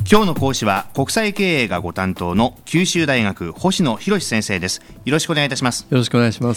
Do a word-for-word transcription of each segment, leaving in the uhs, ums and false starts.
今日の講師は国際経営がご担当の九州大学星野博先生です。よろしくお願いいたします。 よろしくお願いします。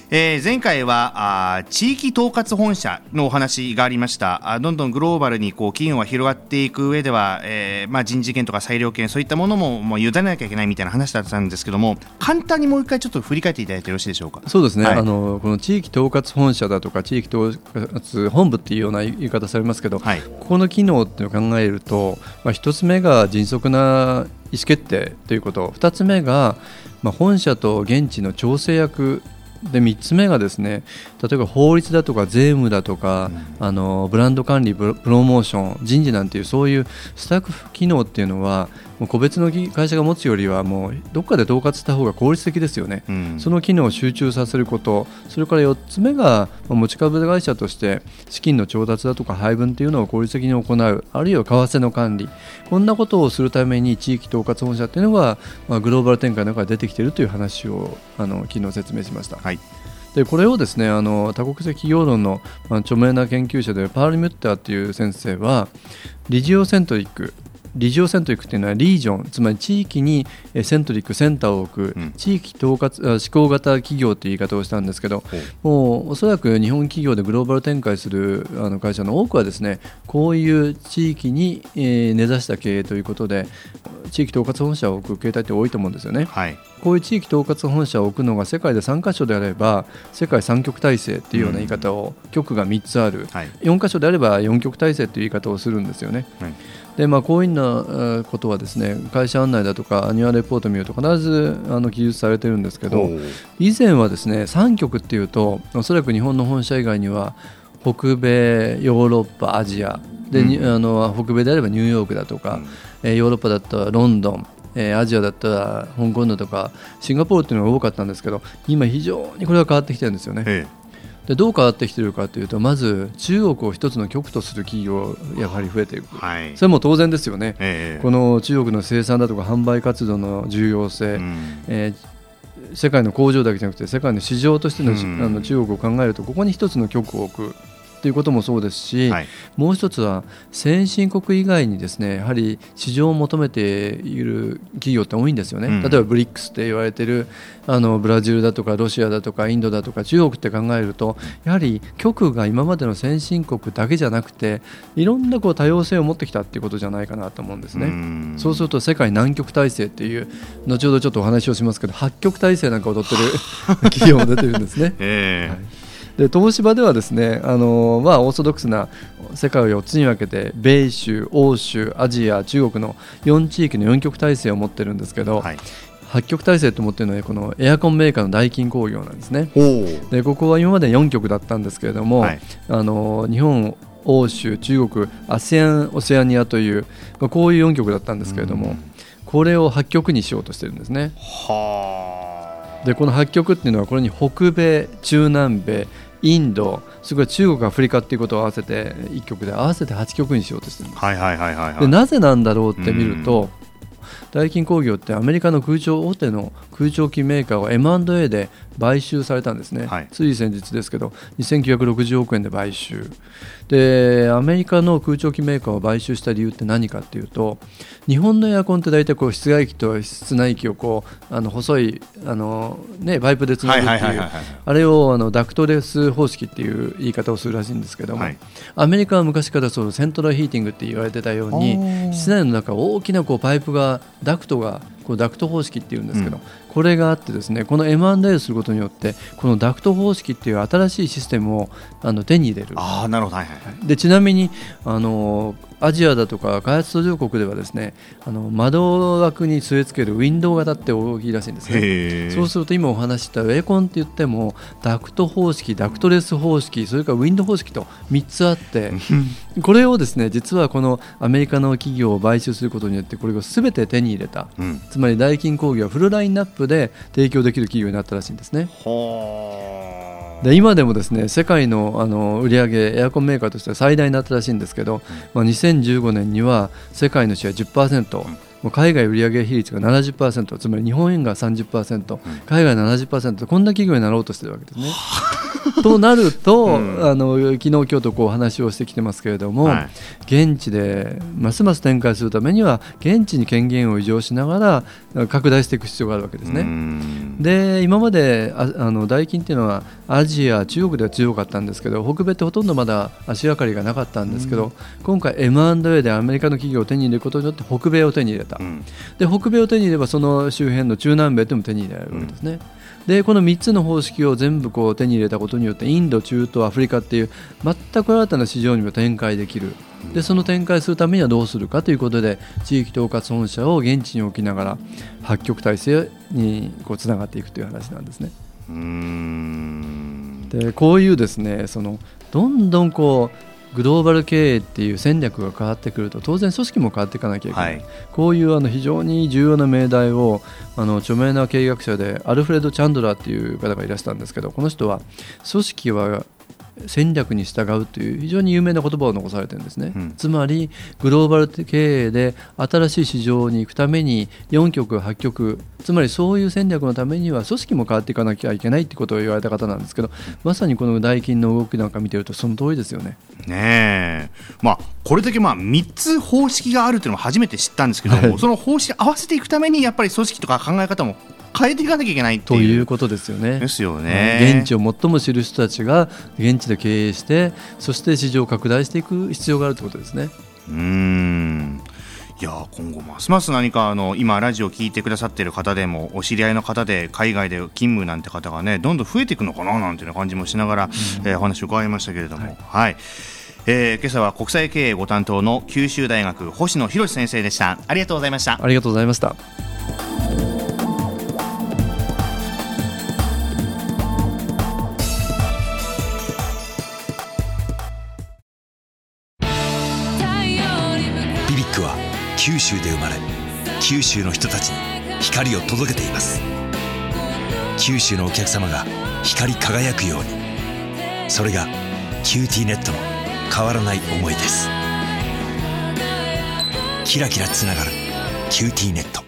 えー、前回はあ地域統括本社のお話がありました。あどんどんグローバルにこう企業が広がっていく上では、えーまあ、人事権とか裁量権そういったものも、もう委ねなきゃいけないみたいな話だったんですけども、簡単にもう一回ちょっと振り返っていただいてよろしいでしょうか。 そうですね、 はい、 あのこの地域統括本社だとか地域統括本部っていうような言い方されますけど、はい、ここの機能っていうのを考えると、まあ、一つ目が迅速な意思決定ということ、二つ目が、まあ、本社と現地の調整役で、みっつめがですね、例えば法律だとか税務だとか、うん、あのブランド管理、プロ、プロモーション、人事なんていうそういうスタッフ機能っていうのはもう個別の会社が持つよりはもうどっかで統括した方が効率的ですよね、うん、その機能を集中させること、それからよっつめが持ち株会社として資金の調達だとか配分というのを効率的に行う、あるいは為替の管理、こんなことをするために地域統括本社っていうのが、まあ、グローバル展開の中で出てきているという話をあの昨日説明しました。はい、でこれをですね、あの多国籍企業論の、まあ、著名な研究者でパール・ミュッターという先生はリジオセントリックリジオセントリックというのはリージョン、つまり地域にセントリック、センターを置く、うん、地域統括指向型企業という言い方をしたんですけど、うん、もうおそらく日本企業でグローバル展開するあの会社の多くはですね、こういう地域に、えー、根ざした経営ということで地域統括本社を置く形態って多いと思うんですよね。はい、こういう地域統括本社を置くのが世界でさんカ所であれば世界三極体制というような言い方を、うん、局がみっつある、はい、よんカ所であればよん極体制という言い方をするんですよね。はい、でまあ、こういうようなことはですね、会社案内だとかアニュアルレポートを見ると必ずあの記述されているんですけど、以前はですねさん極っていうとおそらく日本の本社以外には北米、ヨーロッパ、アジアで、うん、あの北米であればニューヨークだとか、うん、ヨーロッパだったらロンドン、アジアだったら香港だとかシンガポールっていうのが多かったんですけど、今非常にこれが変わってきてるんですよね。ええ、でどう変わってきているかというと、まず中国を一つの局とする企業やはり増えていく、はい、それも当然ですよね。ええ、この中国の生産だとか販売活動の重要性、うん、えー、世界の工場だけじゃなくて世界の市場としての、うん、あの中国を考えるとここに一つの局を置くということもそうですし、はい、もう一つは先進国以外にですねやはり市場を求めている企業って多いんですよね。うん、例えばブリックスって言われているあのブラジルだとかロシアだとかインドだとか中国って考えると、やはり局が今までの先進国だけじゃなくていろんなこう多様性を持ってきたっていうことじゃないかなと思うんですね。うん、そうすると世界南極体制っていう後ほどちょっとお話をしますけど八極体制なんかを取ってる企業も出てるんですね。えーはい、で東芝ではですね、あのまあ、オーソドックスな世界をよっつに分けて米州、欧州、アジア、中国のよん地域のよん極体制を持ってるんですけど、はい、はち極体制と思っているのはこのエアコンメーカーのダイキン工業なんですね。でここは今までよん極だったんですけれども、はい、あの日本、欧州、中国、アセアン、オセアニアという、まあ、こういうよん極だったんですけれども、うん、これをはち極にしようとしてるんですね。はでこのはち極っていうのはこれに北米、中南米、インド、それから中国、アフリカっていうことを合わせていっ極で合わせてはち極にしようとしてるんです。はいはいはいはいはい、でなぜなんだろうって見ると、ダイキン工業ってアメリカの空調大手の空調機メーカーを エムアンドエー で買収されたんですね。はい、つい先日ですけどにせんきゅうひゃくろくじゅうおくえんで買収で、アメリカの空調機メーカーを買収した理由って何かっていうと、日本のエアコンって大体こう室外機と室内機をこうあの細いあの、ね、パイプでつなぐっていう、あれをあのダクトレス方式っていう言い方をするらしいんですけども、はい、アメリカは昔からそうセントラルヒーティングって言われてたように室内の中大きなこうパイプがダクトがこうダクト方式っていうんですけど、うん、これがあってですね、この エムアンドエー をすることによってこのダクト方式っていう新しいシステムをあの手に入れる。あ、なるほど、はいはい、でちなみにあのアジアだとか開発途上国ではですね、あの窓枠に据え付けるウィンドウ型って大きいらしいんですね。そうすると今お話ししたエアコンって言ってもダクト方式、ダクトレス方式、それからウィンドウ方式とみっつあってこれをですね実はこのアメリカの企業を買収することによってこれを全て手に入れた、うん、つまりダイキン工業はフルラインナップで提供できる企業になったらしいんですね。で今でもですね世界 の, あの売上エアコンメーカーとしては最大になったらしいんですけど、まあ、にせんじゅうごねんには世界のシェア じゅっパーセント、うん、もう海外売上比率が ななじゅっパーセント、つまり日本円が さんじゅっパーセント、うん、海外 ななじゅっパーセント、こんな企業になろうとしてるわけですね。 となると、うん、あの昨日今日とこう話をしてきてますけれども、はい、現地でますます展開するためには現地に権限を移譲しながら拡大していく必要があるわけですね。で今までああのダイキンっていうのはアジア中国では強かったんですけど、北米ってほとんどまだ足がかりがなかったんですけど、今回 エムアンドエー でアメリカの企業を手に入れることによって北米を手に入れた、うん、で北米を手に入れればその周辺の中南米でも手に入れられるわけですね、うん、でこのみっつの方式を全部こう手に入れたことによってインド、中東、アフリカっていう全く新たな市場にも展開できる。でその展開するためにはどうするかということで、地域統括本社を現地に置きながら八極体制にこうつながっていくという話なんですね。うーんでこういうですね、そのどんどんこうグローバル経営っていう戦略が変わってくると、当然組織も変わっていかなきゃいけない、はい、こういうあの非常に重要な命題をあの著名な経営学者でアルフレッド・チャンドラーっていう方がいらしたんですけど、この人は組織は戦略に従うという非常に有名な言葉を残されているんですね、うん、つまりグローバル経営で新しい市場に行くためによん極はち極、つまりそういう戦略のためには組織も変わっていかなきゃいけないということを言われた方なんですけど、まさにこのダイキンの動きなんか見てるとその通りですよね。 ねえ、まあ、これだけまあみっつ方式があるというのも初めて知ったんですけども、はい、その方式合わせていくためにやっぱり組織とか考え方も変えていかなきゃいけないっていうということですよね。 ですよね。 現地を最も知る人たちが現地で経営して、そして市場を拡大していく必要があるということですね。 うーんいや今後ますます何かあの今ラジオを聞いてくださっている方でもお知り合いの方で海外で勤務なんて方がねどんどん増えていくのかななんていう感じもしながら、うんえー、お話を伺いましたけれども、はいはいえー、今朝は国際経営ご担当の九州大学星野博先生でした。ありがとうございました。 ありがとうございました。 ビビックは九州で生まれ、九州の人たちに光を届けています。九州のお客様が光り輝くように、それがキューティーネットの変わらない思いです。キラキラつながるキューティーネット。